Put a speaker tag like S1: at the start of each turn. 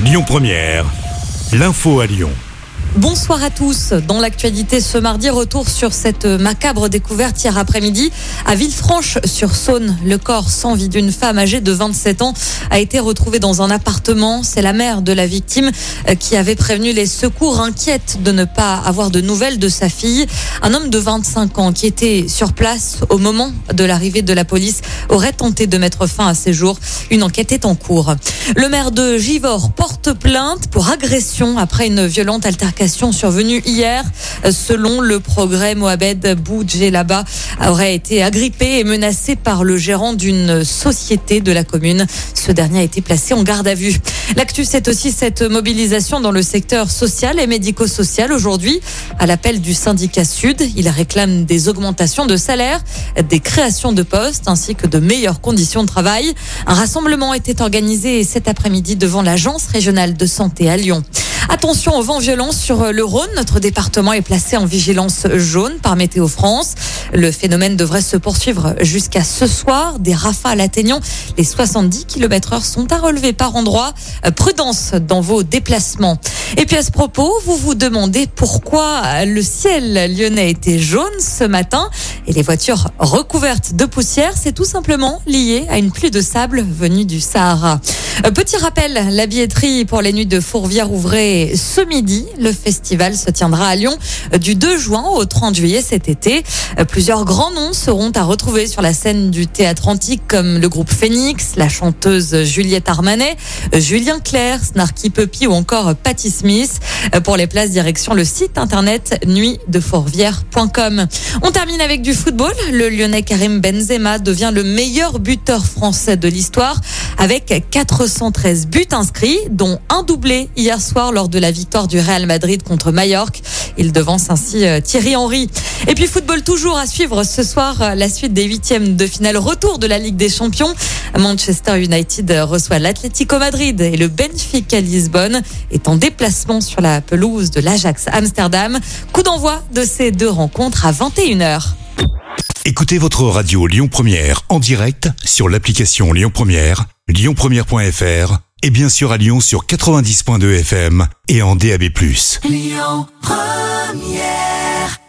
S1: Lyon Première, l'info à Lyon.
S2: Bonsoir à tous. Dans l'actualité ce mardi, retour sur cette macabre découverte hier après-midi à Villefranche-sur-Saône. Le corps sans vie d'une femme âgée de 27 ans a été retrouvé dans un appartement. C'est la mère de la victime qui avait prévenu les secours, inquiète de ne pas avoir de nouvelles de sa fille. Un homme de 25 ans qui était sur place au moment de l'arrivée de la police aurait tenté de mettre fin à ses jours. Une enquête est en cours. Le maire de Givors porte plainte pour agression après une violente altercation survenue hier. Selon Le Progrès, Mohamed Boudjelaba aurait été agrippé et menacé par le gérant d'une société de la commune. Ce dernier a été placé en garde à vue. L'actu, c'est aussi cette mobilisation dans le secteur social et médico-social aujourd'hui. À l'appel du syndicat Sud, il réclame des augmentations de salaire, des créations de postes ainsi que de meilleures conditions de travail. Un rassemblement était organisé cet après-midi devant l'Agence régionale de santé à Lyon. Attention au vent violent sur le Rhône. Notre département est placé en vigilance jaune par Météo France. Le phénomène devrait se poursuivre jusqu'à ce soir. Des rafales atteignant les 70 km/h sont à relever par endroits. Prudence dans vos déplacements. Et puis à ce propos, vous vous demandez pourquoi le ciel lyonnais était jaune ce matin et les voitures recouvertes de poussière. C'est tout simplement lié à une pluie de sable venue du Sahara. Petit rappel, la billetterie pour les nuits de Fourvière ouvrait ce midi. Le festival se tiendra à Lyon du 2 juin au 30 juillet cet été. Plusieurs grands noms seront à retrouver sur la scène du Théâtre Antique comme le groupe Phoenix, la chanteuse Juliette Armanet, Julien Clerc, Snarky Puppy ou encore Patti Smith. Pour les places, direction le site internet nuitdefourvière.com. On termine avec du football. Le Lyonnais Karim Benzema devient le meilleur buteur français de l'histoire avec 413 buts inscrits, dont un doublé hier soir lors de la victoire du Real Madrid contre Majorque. Il devance ainsi Thierry Henry. Et puis football toujours à suivre ce soir, la suite des huitièmes de finale retour de la Ligue des Champions. Manchester United reçoit l'Atlético Madrid et le Benfica Lisbonne est en déplacement sur la pelouse de l'Ajax Amsterdam. Coup d'envoi de ces deux rencontres à 21h.
S1: Écoutez votre radio Lyon Première en direct sur l'application Lyon Première, lyonpremière.fr et bien sûr à Lyon sur 90.2 FM et en DAB+.
S3: Lyon Première.